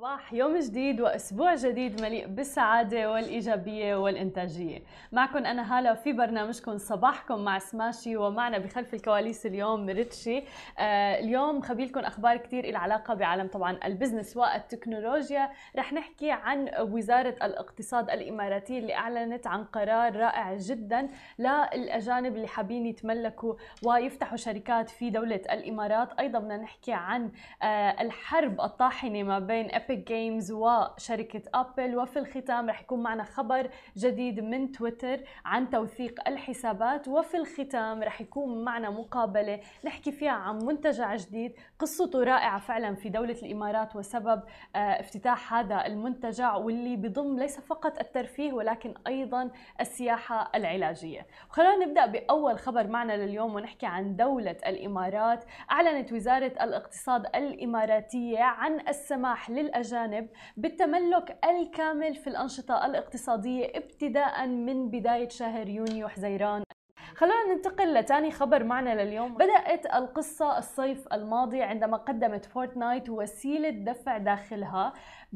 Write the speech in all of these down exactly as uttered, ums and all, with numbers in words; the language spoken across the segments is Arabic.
صباح يوم جديد وأسبوع جديد مليء بالسعادة والإيجابية والإنتاجية. معكم أنا هالة في برنامجكم صباحكم مع سماشي، ومعنا بخلف الكواليس اليوم ريتشي. آه اليوم خبيلكم أخبار كتير العلاقة بعالم طبعا البزنس والتكنولوجيا. رح نحكي عن وزارة الاقتصاد الإماراتية اللي أعلنت عن قرار رائع جدا للأجانب اللي حابين يتملكوا ويفتحوا شركات في دولة الإمارات. أيضا بدنا نحكي عن آه الحرب الطاحنة ما بين إيبك جيمز وشركة أبل، وفي الختام رح يكون معنا خبر جديد من تويتر عن توثيق الحسابات، وفي الختام رح يكون معنا مقابلة نحكي فيها عن منتجع جديد قصته رائعة فعلا في دولة الإمارات وسبب آه افتتاح هذا المنتجع، واللي بضم ليس فقط الترفيه ولكن أيضا السياحة العلاجية. وخلونا نبدأ بأول خبر معنا لليوم ونحكي عن دولة الإمارات. أعلنت وزارة الاقتصاد الإماراتية عن السماح للأجانب بالتملك الكامل في الأنشطة الاقتصادية ابتداء من بداية شهر يونيو حزيران. خلونا ننتقل لتاني خبر معنا لليوم. بدأت القصة الصيف الماضي عندما قدمت فورتنايت وسيلة دفع داخلها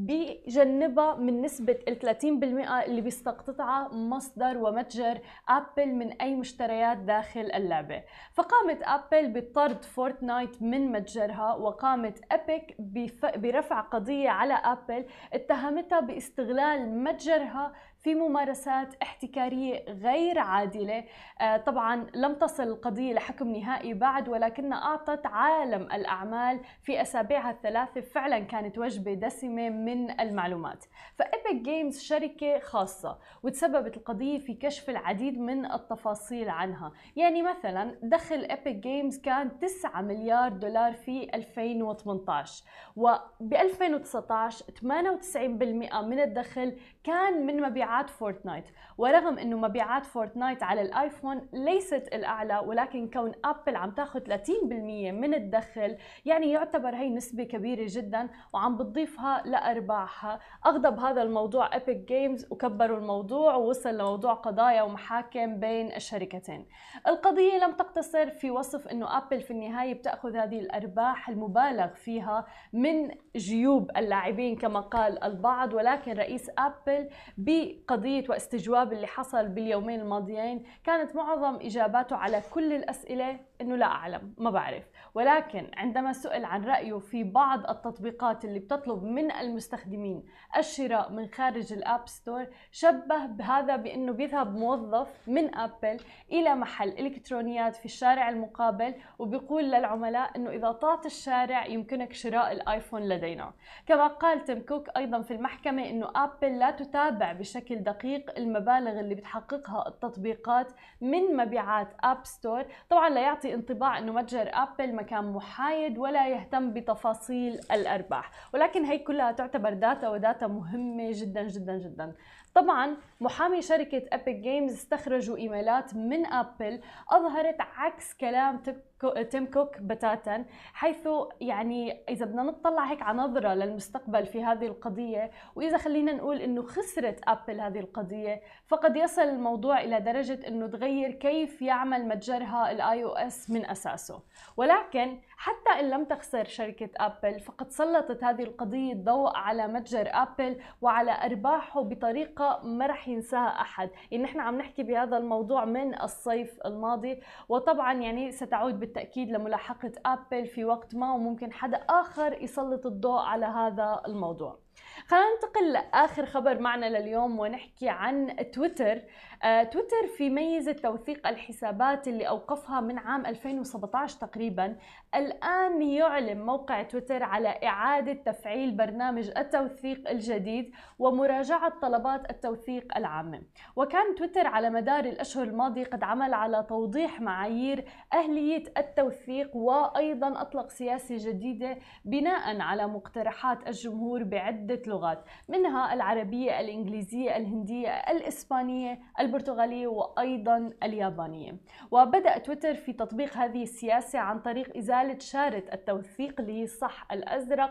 بجنبها من نسبة ثلاثين بالمئة اللي بيستقطعها مصدر ومتجر أبل من أي مشتريات داخل اللعبة. فقامت أبل بطرد فورتنايت من متجرها، وقامت إيبك برفع قضية على أبل اتهمتها باستغلال متجرها في ممارسات احتكارية غير عادلة. آه طبعا لم تصل القضية لحكم نهائي بعد، ولكنها أعطت عالم الأعمال في أسابيعها الثلاثة فعلا كانت وجبة دسمة من المعلومات. فإيبك جيمز شركة خاصة وتسببت القضية في كشف العديد من التفاصيل عنها. يعني مثلا دخل إيبك جيمز كان تسعة مليار دولار في ألفين وثمانية عشر، وب ألفين وتسعة عشر ثمانية وتسعين بالمئة من الدخل كان من مبيعات فورتنايت. ورغم انه مبيعات فورتنايت على الايفون ليست الاعلى، ولكن كون ابل عم تاخذ ثلاثين بالمئة من الدخل يعني يعتبر هي نسبة كبيرة جدا وعم بتضيفها لارباحها. اغضب هذا الموضوع ايبك جيمز وكبروا الموضوع ووصل لموضوع قضايا ومحاكم بين الشركتين. القضية لم تقتصر في وصف انه ابل في النهاية بتاخذ هذه الارباح المبالغ فيها من جيوب اللاعبين كما قال البعض، ولكن رئيس ابل بقضية واستجواب اللي حصل باليومين الماضيين كانت معظم إجاباته على كل الأسئلة إنه لا أعلم ما بعرف. ولكن عندما سئل عن رأيه في بعض التطبيقات اللي بتطلب من المستخدمين الشراء من خارج الأب ستور، شبه بهذا بأنه بيذهب موظف من أبل إلى محل إلكترونيات في الشارع المقابل وبيقول للعملاء إنه إذا طعت الشارع يمكنك شراء الآيفون لدينا. كما قال تيم كوك أيضا في المحكمة إنه أبل لا تتابع بشكل دقيق المبالغ اللي بتحققها التطبيقات من مبيعات أب ستور، طبعا لا يعطي انطباع انه متجر ابل مكان محايد ولا يهتم بتفاصيل الارباح. ولكن هي كلها تعتبر داتا، وداتا مهمة جدا جدا جدا. طبعا محامي شركة إيبك جيمز استخرجوا ايميلات من ابل اظهرت عكس كلام تيم كوك بتاتا، حيث يعني اذا بدنا نطلع هيك على نظرة للمستقبل في هذه القضية، واذا خلينا نقول انه خسرت ابل هذه القضية، فقد يصل الموضوع الى درجة انه تغير كيف يعمل متجرها الاي او اس من اساسه. ولكن حتى ان لم تخسر شركة ابل، فقد سلطت هذه القضية الضوء على متجر ابل وعلى ارباحه بطريقة ما رح ينساها احد. يعني نحن عم نحكي بهذا الموضوع من الصيف الماضي، وطبعا يعني ستعود بالتأكيد لملاحقة ابل في وقت ما، وممكن حدا اخر يسلط الضوء على هذا الموضوع. خلينا ننتقل لآخر خبر معنا لليوم ونحكي عن تويتر. آه، تويتر في ميزة توثيق الحسابات اللي أوقفها من عام ألفين وسبعة عشر تقريبا. الآن يعلن موقع تويتر على إعادة تفعيل برنامج التوثيق الجديد ومراجعة طلبات التوثيق العامة. وكان تويتر على مدار الأشهر الماضية قد عمل على توضيح معايير أهلية التوثيق، وأيضا أطلق سياسة جديدة بناء على مقترحات الجمهور بعدة لغات، منها العربية، الإنجليزية، الهندية، الإسبانية، البرتغالية وأيضا اليابانية. وبدأ تويتر في تطبيق هذه السياسة عن طريق إزالة شارة التوثيق اللي هي الصح الأزرق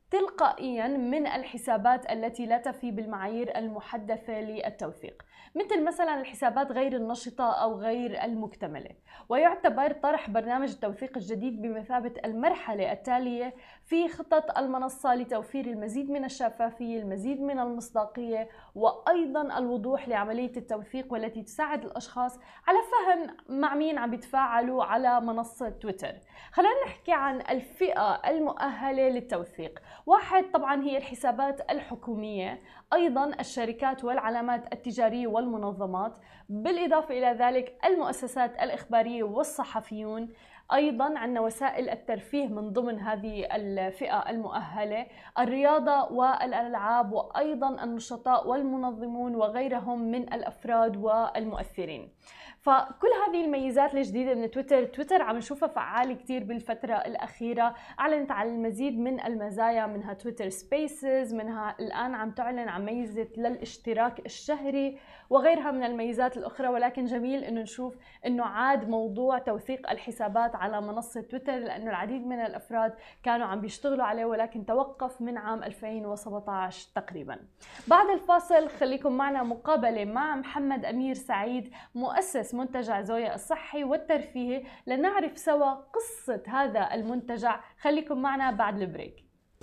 تلقائيا من الحسابات التي لا تفي بالمعايير المحدثة للتوثيق، مثل مثلا الحسابات غير النشطة أو غير المكتملة. ويعتبر طرح برنامج التوثيق الجديد بمثابة المرحلة التالية في خطط المنصة لتوفير المزيد من الشفافية، المزيد من المصداقية، وأيضا الوضوح لعملية التوثيق، والتي تساعد الأشخاص على فهم مع مين عم بيتفاعلوا على منصة تويتر. خلينا نحكي عن الفئة المؤهلة للتوثيق. واحد، طبعا هي الحسابات الحكومية، أيضا الشركات والعلامات التجارية والمنظمات، بالإضافة إلى ذلك المؤسسات الإخبارية والصحفيون. أيضا عندنا وسائل الترفيه من ضمن هذه الفئة المؤهلة، الرياضة والألعاب، وأيضا النشطاء والمنظمون وغيرهم من الأفراد والمؤثرين. فكل هذه الميزات الجديدة من تويتر، تويتر عم نشوفها فعالة كتير بالفترة الأخيرة. أعلنت عن المزيد من المزايا، منها تويتر سبيسز، منها الآن عم تعلن عن ميزة للاشتراك الشهري وغيرها من الميزات الأخرى. ولكن جميل إنه نشوف إنه عاد موضوع توثيق الحسابات على منصة تويتر، لأنه العديد من الأفراد كانوا عم بيشتغلوا عليه ولكن توقف من عام ألفين وسبعة عشر تقريبا. بعد الفاصل خليكم معنا مقابلة مع محمد أمير سعيد، مؤسس منتجع زويا الصحي والترفيهي، لنعرف سوا قصة هذا المنتجع. خليكم معنا بعد البريك.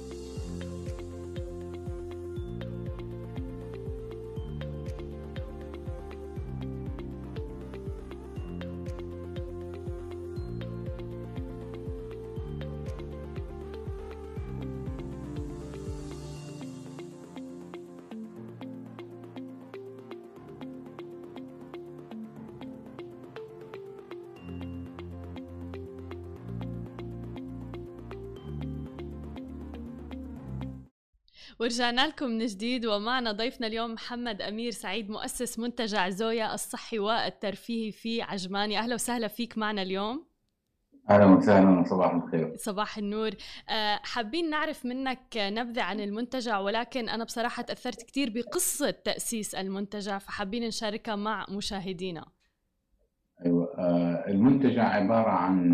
ورجعنا لكم من جديد، ومعنا ضيفنا اليوم محمد أمير سعيد، مؤسس منتجع زويا الصحي والترفيهي في عجمان. أهلا وسهلا فيك معنا اليوم. أهلا وسهلا، صباح الخير. صباح النور. حابين نعرف منك نبذة عن المنتجع، ولكن أنا بصراحة تأثرت كتير بقصة تأسيس المنتجع، فحابين نشاركها مع مشاهدينا. أيوة، المنتجع عبارة عن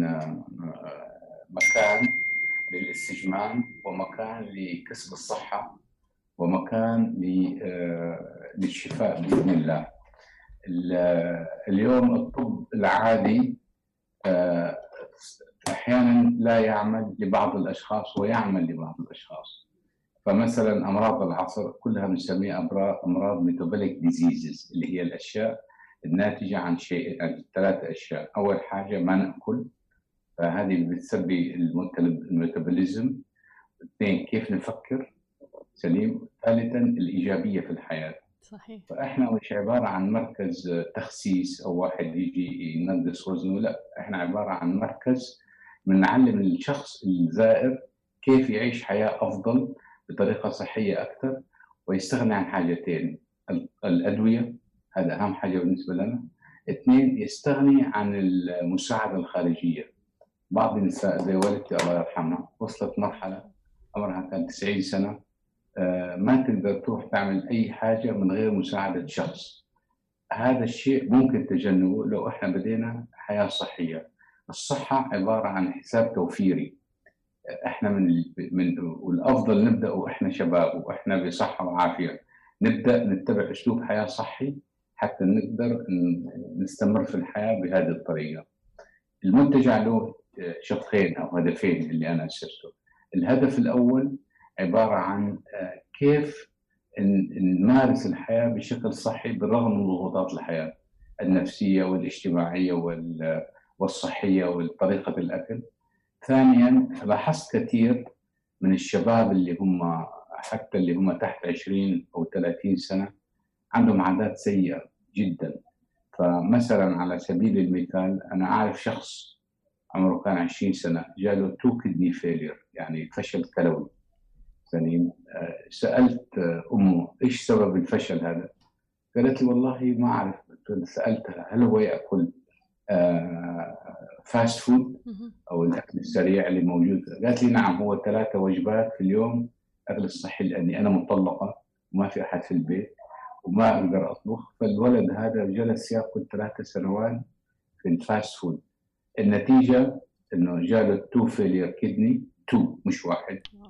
مكان للاستجمام، ومكان لكسب الصحة، ومكان للشفاء بإذن الله. اليوم الطب العادي أحيانا لا يعمل لبعض الأشخاص ويعمل لبعض الأشخاص. فمثلا أمراض العصر كلها بنسميها أمراض ميتابوليك ديزيزز، اللي هي الأشياء الناتجة عن شيء، عن ثلاث أشياء. أول حاجة ما نأكل، فهذه اللي بتسبب الميتابوليزم. اثنين، كيف نفكر سليم. ثالثا، الإيجابية في الحياة. صحيح. فإحنا مش عبارة عن مركز تخسيس أو واحد يجي ينقص وزنه، لا، إحنا عبارة عن مركز بنعلم الشخص الزائر كيف يعيش حياة أفضل بطريقة صحية أكثر، ويستغني عن حاجتين: الأدوية، هذا أهم حاجة بالنسبة لنا. اثنين، يستغني عن المساعدة الخارجية. بعض النساء زي والدتي الله يرحمها وصلت مرحلة عمرها كان تسعين سنة ما تقدر تروح تعمل أي حاجة من غير مساعدة شخص. هذا الشيء ممكن تجنبه لو إحنا بدينا حياة صحية. الصحة عبارة عن حساب توفيري. إحنا من من والأفضل نبدأ وإحنا شباب وإحنا بصحة وعافية، نبدأ نتبع أسلوب حياة صحي حتى نقدر نستمر في الحياة بهذه الطريقة. المنتجع له شقين أو هدفين اللي أنا أسسته. الهدف الأول عبارة عن كيف نمارس الحياة بشكل صحي بالرغم من ضغوطات الحياة النفسية والاجتماعية والصحية وطريقة الأكل. ثانياً، لاحظت كثير من الشباب اللي هم حتى اللي هم تحت عشرين أو ثلاثين سنة عندهم عادات سيئة جداً. فمثلاً على سبيل المثال، أنا أعرف شخص عمره كان عشرين سنة جاله تو كدني فيلير، يعني فشل كلوي. سليم. سألت أمه إيش سبب الفشل هذا؟ قالت لي والله ما أعرف. سألتها هل هو يأكل فاست فود أو الأكل السريع اللي موجود؟ قالت لي نعم، هو ثلاثة وجبات في اليوم أكل الصحي، لأني أنا مطلقة وما في أحد في البيت وما أقدر أطبخ. فالولد هذا جلس يأكل ثلاثة سنوات في الفاست فود. النتيجة إنه جاله تو فيلير كدني، تو مش واحد،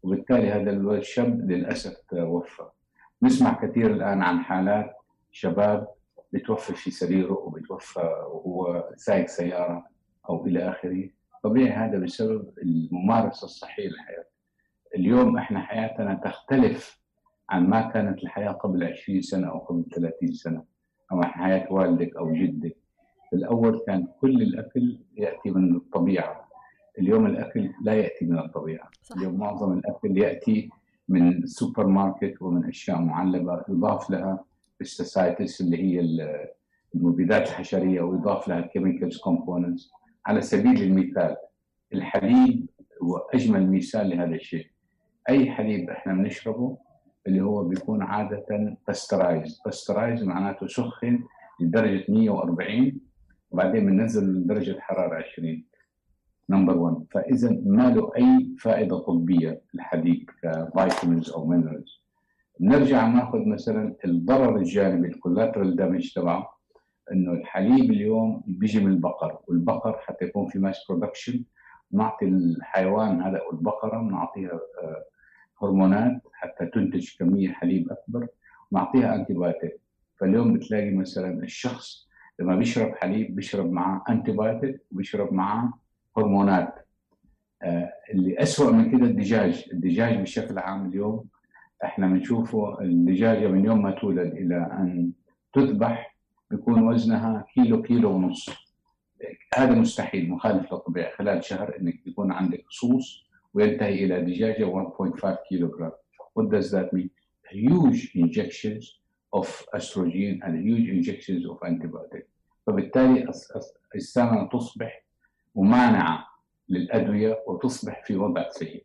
وبالتالي هذا الشاب للاسف توفى. نسمع كثير الان عن حالات شباب بتوفى في سريره وبتوفى وهو سايق سياره او الى اخره. طبيعي هذا بسبب الممارسه الصحيه للحياه. اليوم احنا حياتنا تختلف عن ما كانت الحياه قبل عشرين سنه او قبل ثلاثين سنه او عن حياه والدك او جدك. في الاول كان كل الاكل ياتي من الطبيعه، اليوم الاكل لا ياتي من الطبيعه. صح. اليوم معظم الاكل ياتي من السوبر ماركت ومن اشياء معلبه يضاف لها بيستسايتس اللي هي المبيدات الحشريه ويضاف لها كيميكالز كومبوننتس. على سبيل المثال الحليب هو اجمل مثال لهذا الشيء. اي حليب احنا بنشربه اللي هو بيكون عاده باسترايز، باسترايز معناته سخن لدرجه مية وأربعين وبعدين بننزل لدرجه حراره عشرين. نمبر واحد. فاذا ما له اي فائده طبيه الحليب كفيتامينز او مينرالز. بنرجع ناخذ مثلا الضرر الجانبي الكولاترال دامج تبعه، انه الحليب اليوم بيجي من البقر، والبقر حتى يكون في ماس برودكشن نعطي الحيوان هذا او البقره بنعطيها هرمونات حتى تنتج كميه حليب اكبر ونعطيها انتي بايوتيك. فاليوم بتلاقي مثلا الشخص لما بيشرب حليب بيشرب معاه انتي بايوتيك وبيشرب معاه هرمونات. آه اللي اسوء من كده الدجاج، الدجاج بشكل عام اليوم احنا بنشوفه الدجاجه من يوم ما تولد الى ان تذبح بيكون وزنها كيلو كيلو ونص. هذا مستحيل، مخالف للطبيعه. خلال شهر انك يكون عندك صوص وينتهي الى دجاجه واحد فاصلة خمسة كيلو جرام. What does that mean? Huge injections of estrogen and huge injections of antibiotics. فبالتالي السمنه تصبح ممانعه للادويه وتصبح في وضع سيء.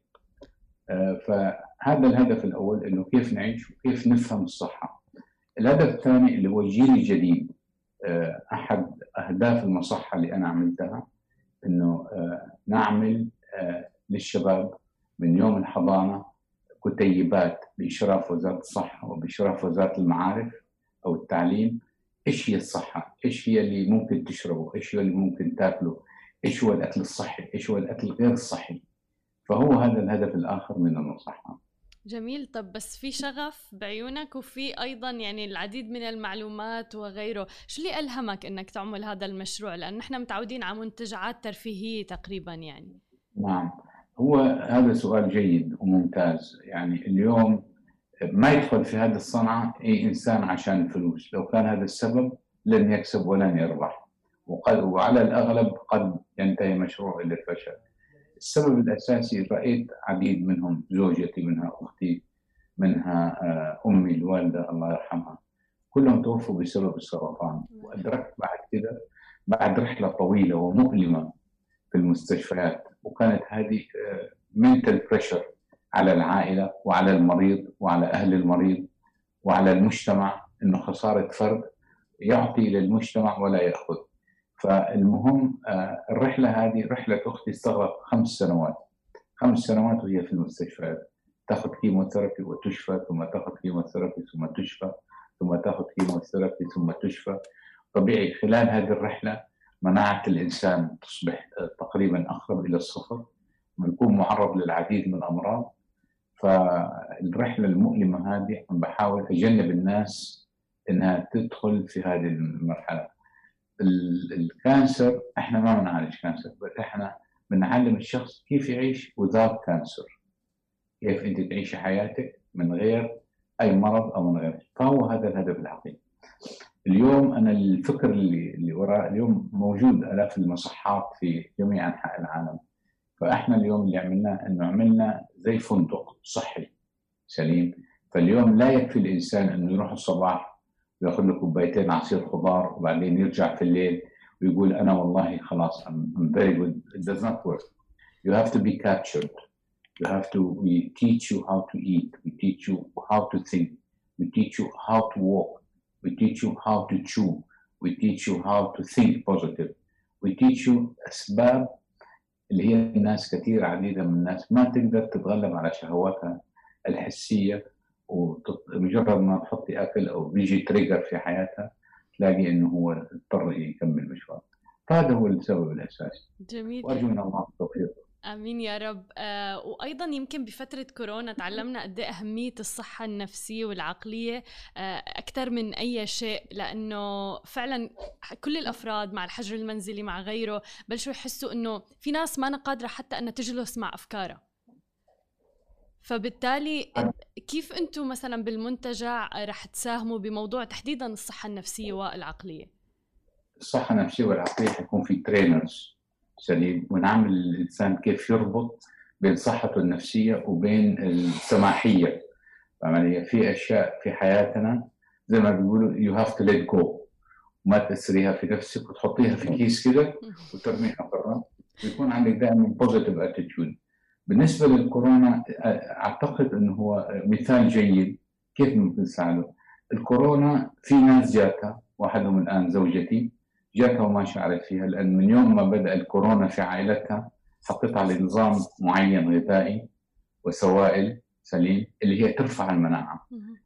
فهذا الهدف الاول، انه كيف نعيش وكيف نفهم الصحه. الهدف الثاني اللي هو الجيل الجديد. احد اهداف المصحه اللي انا عملتها انه نعمل للشباب من يوم الحضانه كتيبات باشراف وزاره الصحه وباشراف وزاره المعارف او التعليم. ايش هي الصحه؟ ايش هي اللي ممكن تشربه؟ ايش هو اللي ممكن تاكله؟ ايش هو الاكل الصحي؟ ايش هو الاكل غير الصحي؟ فهو هذا الهدف الاخر من المصحه. جميل. طب بس في شغف بعيونك وفي أيضا يعني العديد من المعلومات وغيره، شو اللي ألهمك إنك تعمل هذا المشروع؟ لأن نحن متعودين على منتجعات ترفيهية تقريبا يعني. نعم، هو هذا سؤال جيد وممتاز. يعني اليوم ما يدخل في هذه الصنعة أي إنسان عشان الفلوس، لو كان هذا السبب لن يكسب ولن يربح، وقد وعلى الأغلب قد ينتهي مشروع إلى الفشل. السبب الأساسي رأيت عديد منهم، زوجتي منها، أختي منها، أمي الوالدة الله يرحمها، كلهم توفوا بسبب السرطان. وأدركت بعد كده بعد رحلة طويلة ومؤلمة في المستشفيات، وكانت هذه منتال بريشر على العائلة وعلى المريض وعلى أهل المريض وعلى المجتمع، إنه خسارة فرد يعطي للمجتمع ولا يأخذ. فالمهم الرحلة هذه رحلة أختي استغرقت خمس سنوات خمس سنوات وهي في المستشفيات، تأخذ كيموثيرابي وتشفى، ثم تأخذ كيموثيرابي ثم تشفى، ثم تأخذ كيموثيرابي ثم تشفى. طبيعي خلال هذه الرحلة مناعة الإنسان تصبح تقريبا أقرب إلى الصفر ويكون معرض للعديد من الأمراض. فالرحلة المؤلمة هذه بحاول أجنب الناس إنها تدخل في هذه المرحلة. الكانسر احنا ما بنعالج كانسر، بس احنا بنعلم الشخص كيف يعيش without كانسر، كيف انت تعيش حياتك من غير اي مرض او من غير. فهو هذا الهدف الحقيقي. اليوم انا الفكر اللي اللي وراء اليوم موجود الاف المصحات في جميع انحاء العالم. فاحنا اليوم اللي عملناه انه عملنا زي فندق صحي سليم. فاليوم لا يكفي الانسان انه يروح الصباح وياخذ له كوبايتين عصير خضار وبعدين يرجع في الليل ويقول انا والله خلاص I'm very good. It does not work. You have to be captured. You have to. We teach you how to eat. We teach you how to think. We teach you how to walk. We teach you how to chew. We teach you how to think positive. We teach you أسباب اللي هي الناس كثير عديدة من الناس ما تقدر تتغلب على شهواتها الحسية، ومجرد ما تحطي أكل أو بيجي تريجر في حياتها تلاقي إنه هو اضطر يكمل مشوار. فهذا هو السبب الأساسي. جميل. وأرجو من الله التوفيق. آمين يا رب. آه وأيضا يمكن بفترة كورونا تعلمنا قد ايه أهمية الصحة النفسية والعقلية آه أكثر من أي شيء، لأنه فعلا كل الأفراد مع الحجر المنزلي مع غيره بلشوا يحسوا إنه في ناس ما قادرة حتى أن تجلس مع أفكارها. فبالتالي كيف أنتم مثلا بالمنتجع رح تساهموا بموضوع تحديدا الصحة النفسية والعقلية؟ الصحة النفسية والعقلية حيكون في ترينرز سليم، ونعمل الإنسان كيف يربط بين صحته النفسية وبين السماحية. يعني في أشياء في حياتنا زي ما بيقولوا you have to let go، وما تأثريها في نفسك وتحطيها في كيس كده وترميها برا، ويكون عندك دائما positive attitude. بالنسبة للكورونا أعتقد أنه هو مثال جيد كيف ممكن نساعده. الكورونا في ناس جاتها، واحدهم الآن زوجتي جاتها وما شعرت فيها، لأن من يوم ما بدأ الكورونا في عائلتها حطيتها على نظام معين غذائي وسوائل سليم اللي هي ترفع المناعة.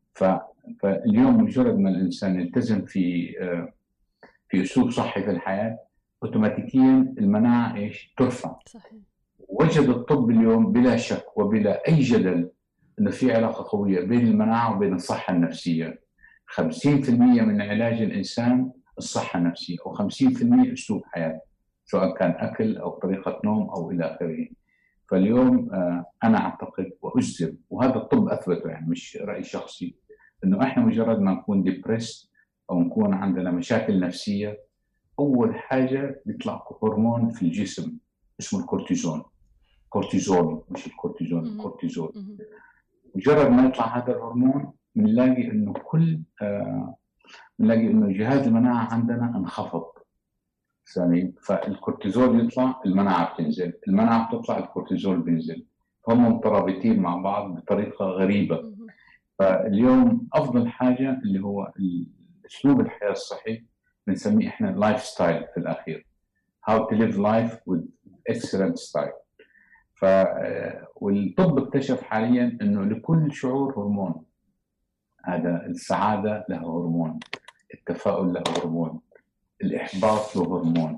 فاليوم مجرد ما الإنسان يلتزم في في أسلوب صحي في الحياة أوتوماتيكيا المناعة إيش ترفع. صحيح. وجد الطب اليوم بلا شك وبلا أي جدل أنه في علاقة قوية بين المناعة وبين الصحة النفسية. خمسين بالمئة من علاج الإنسان الصحة النفسية، وخمسين بالمئة أسلوب حياة، سواء كان أكل أو طريقة نوم أو إلى آخره. فاليوم أنا أعتقد وأجزم، وهذا الطب أثبته يعني مش رأي شخصي، أنه إحنا مجرد ما نكون ديبريست أو نكون عندنا مشاكل نفسية، أول حاجة بيطلع هرمون في الجسم اسمه الكورتيزون. كورتيزول مش الكورتيزون، الكورتيزول. مجرد ما يطلع هذا الهرمون بنلاقي انه كل آه بنلاقي انه جهاز المناعه عندنا انخفض ثاني. فالكورتيزول يطلع المناعه بتنزل، المناعه بتطلع الكورتيزول بينزل، هم مترابطين مع بعض بطريقه غريبه. فاليوم افضل حاجه اللي هو اسلوب الحياه الصحي، بنسميه احنا لايف ستايل في الاخير. how to live life with excellent style. ف والطب اكتشف حاليا انه لكل شعور هرمون. هذا السعاده له هرمون، التفاؤل له هرمون، الاحباط له هرمون،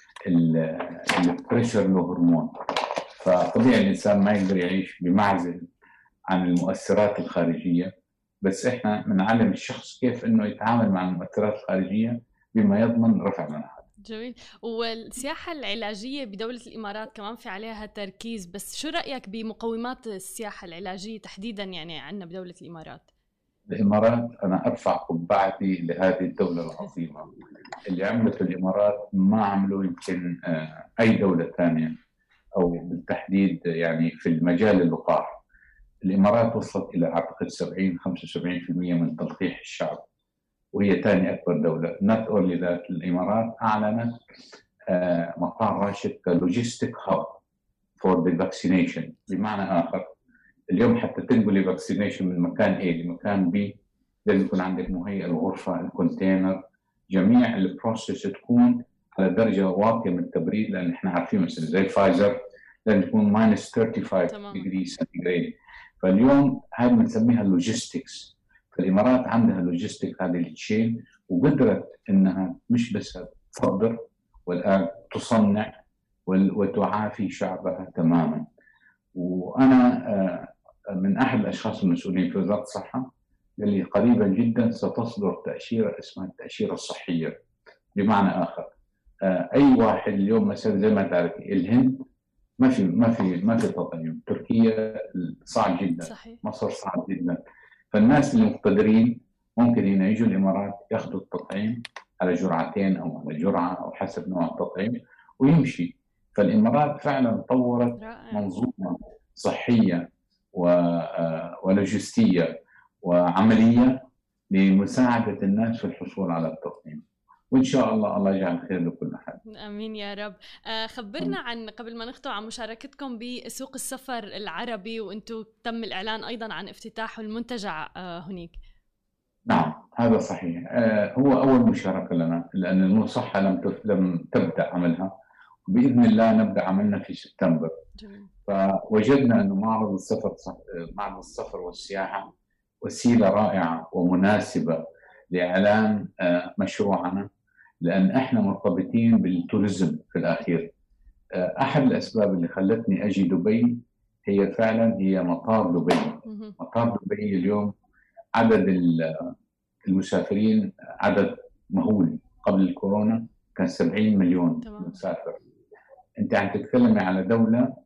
البريشر له هرمون. فطبيعي الانسان ما يقدر يعيش بمعزل عن المؤثرات الخارجيه، بس احنا بنعلم الشخص كيف انه يتعامل مع المؤثرات الخارجيه بما يضمن رفع مناعته. جميل. والسياحة العلاجية بدولة الإمارات كمان في عليها تركيز، بس شو رأيك بمقومات السياحة العلاجية تحديداً يعني عندنا بدولة الإمارات؟ الإمارات أنا أرفع قبعتي لهذه الدولة العظيمة. اللي عملته الإمارات ما عملوا يمكن أي دولة ثانية، أو بالتحديد يعني في المجال اللقاح. الإمارات وصلت إلى أعتقد سبعين خمسة وسبعين بالمئة من تلقيح الشعب، وهي ثاني أكبر دولة. not only that، الإمارات أعلنت مطار راشد كلوجيستيك هاب فور ذا فاكسينيشن. بمعنى آخر اليوم حتى تنقلي فاكسينيشن من مكان A لمكان B لازم يكون عندك مهيئ الغرفة، الكونتينر، جميع البروسيس تكون على درجة واطية من التبريد، لأن إحنا عارفين مثلا زي فايزر لازم تكون ماينس خمسة وثلاثين ديجري سنتيغريد. فاليوم هذه بنسميها اللوجيستكس. فالإمارات عندها لوجيستيك هذه التشين، وقدرت إنها مش بس تصدر والآن تصنع وتعافي شعبها تماما. وأنا من أحد الأشخاص المسؤولين في وزارة الصحة قال لي قريبا جدا ستصدر تأشيرة اسمها التأشيرة الصحية. بمعنى آخر أي واحد اليوم مثلا زي ما تعرف الهند ما في ما في ما في تطعيم، تركيا صعب جدا، صحيح. مصر صعب جدا. فالناس اللي مقتدرين ممكن هنا يجوا الإمارات ياخذوا التطعيم على جرعتين أو على جرعة أو حسب نوع التطعيم ويمشي. فالإمارات فعلا طورت منظومة صحية ولوجستية وعملية لمساعدة الناس في الحصول على التطعيم، وإن شاء الله الله يجعل خير لكل أحد. آمين يا رب. آه خبرنا عن قبل ما نختم عن مشاركتكم بسوق السفر العربي، وأنتم تم الإعلان أيضا عن افتتاح المنتجع آه هناك. نعم هذا صحيح. آه هو أول مشاركة لنا، لأن المصحة لم لم تبدأ عملها، بإذن الله نبدأ عملنا في سبتمبر. جميل. فوجدنا أنه معرض السفر معرض السفر والسياحة وسيلة رائعة ومناسبة لإعلان مشروعنا، لأن إحنا مرتبطين بالتوريزم في الأخير. أحد الأسباب اللي خلتني أجي دبي هي فعلا هي مطار دبي. مطار دبي اليوم عدد المسافرين عدد مهول. قبل الكورونا كان سبعين مليون تمام. مسافر. أنت عم تتكلمي على دولة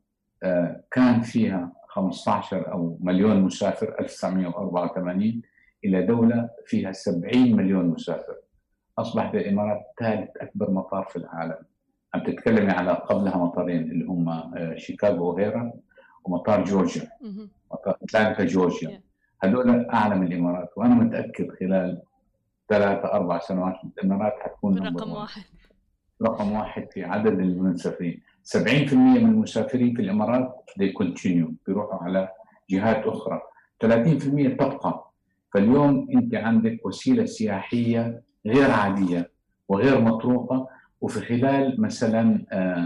كان فيها خمسة عشر أو مليون مسافر ألف وتسعمئة وأربعة وثمانين إلى دولة فيها سبعين مليون مسافر. أصبحت الإمارات ثالث أكبر مطار في العالم. عم تتكلمي على قبلها مطارين اللي هم شيكاغو وغيرها، ومطار جورجيا، مطار أتلانتا جورجيا. هذول أعلى من الإمارات، وأنا متأكد خلال ثلاثة أربع سنوات الإمارات حتكون رقم واحد رقم واحد في عدد المسافرين. سبعين بالمئة من المسافرين في الإمارات they continue بيروحوا على جهات أخرى، ثلاثين بالمئة تبقى. فاليوم أنت عندك وسيلة سياحية غير عادية وغير مطروقة، وفي خلال مثلا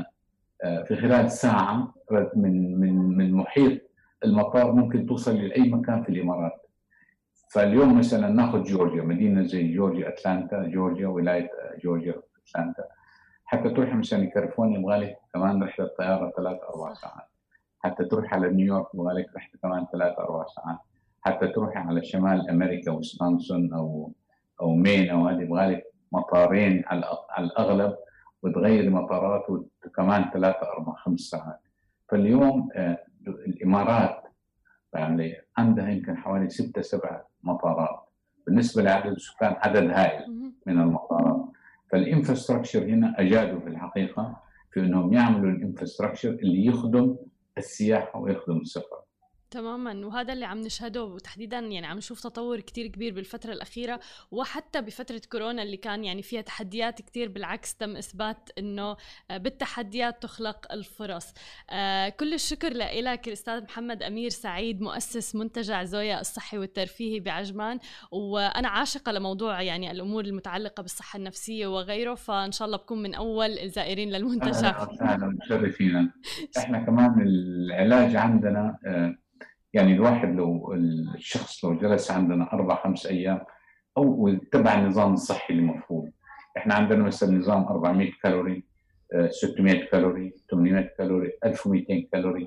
في خلال ساعة من من من محيط المطار ممكن توصل لأي مكان في الإمارات. فاليوم مثلا ناخذ جورجيا، مدينة زي جورجيا أتلانتا، جورجيا ولاية جورجيا أتلانتا، حتى تروح مثلا كاليفورنيا يبغى كمان رحلة طيارة ثلاث أربع ساعات، حتى تروح على نيويورك يبغى لك رحلة كمان ثلاث أربع ساعات، حتى تروحي على شمال أمريكا ويسكونسن أو أو مين أو هذه يبغى لك مطارين على على الأغلب، وتغير مطارات وكمان ثلاثة أربع خمس ساعات. فاليوم الإمارات يعني عندها يمكن حوالي ستة سبع مطارات بالنسبة لعدد السكان، عدد هائل من المطارات. فالإنفراستراكشر هنا أجادوا في الحقيقة في أنهم يعملوا الإنفراستراكشر اللي يخدم السياحة ويخدم السفر. تماما، وهذا اللي عم نشهده، وتحديدا يعني عم نشوف تطور كتير كبير بالفترة الأخيرة، وحتى بفترة كورونا اللي كان يعني فيها تحديات كتير، بالعكس تم إثبات إنه بالتحديات تخلق الفرص. آه كل الشكر لإلك الأستاذ محمد أمير سعيد، مؤسس منتجع زويا الصحي والترفيهي بعجمان، وأنا عاشقة لموضوع يعني الأمور المتعلقة بالصحة النفسية وغيره، فإن شاء الله بكون من أول الزائرين للمنتجع. أهلا مشرفينا. إحنا كمان العلاج عندنا آه يعني الواحد لو الشخص لو جلس عندنا أربع خمس أيام أو اتبع النظام الصحي المفروض، إحنا عندنا مثلا نظام أربعمئة كالوري، ستمئة كالوري، ثمانمئة كالوري، ألف ومئتين كالوري،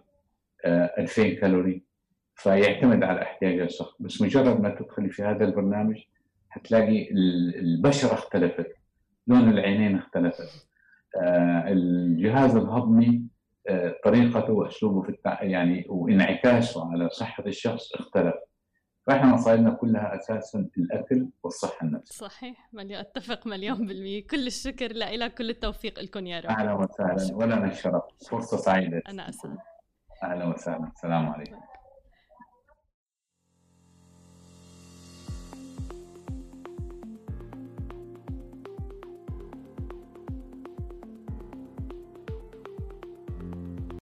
ألفين كالوري، فيعتمد على احتياجات الشخص. بس مجرد ما تدخلي في هذا البرنامج هتلاقي البشرة اختلفت، لون العينين اختلفت، الجهاز الهضمي طريقته واسلوبه في التع... يعني وانعكاسه على صحه الشخص اختلف. فاحنا مصايبنا كلها اساسا الاكل والصحه النفسيه. صحيح، مليون اتفق مليون بالمية. كل الشكر لك، كل التوفيق لكم يا رب. اهلا وسهلا، ولا الشرف، فرصه سعيده. انا اسعد. اهلا وسهلا، السلام عليكم.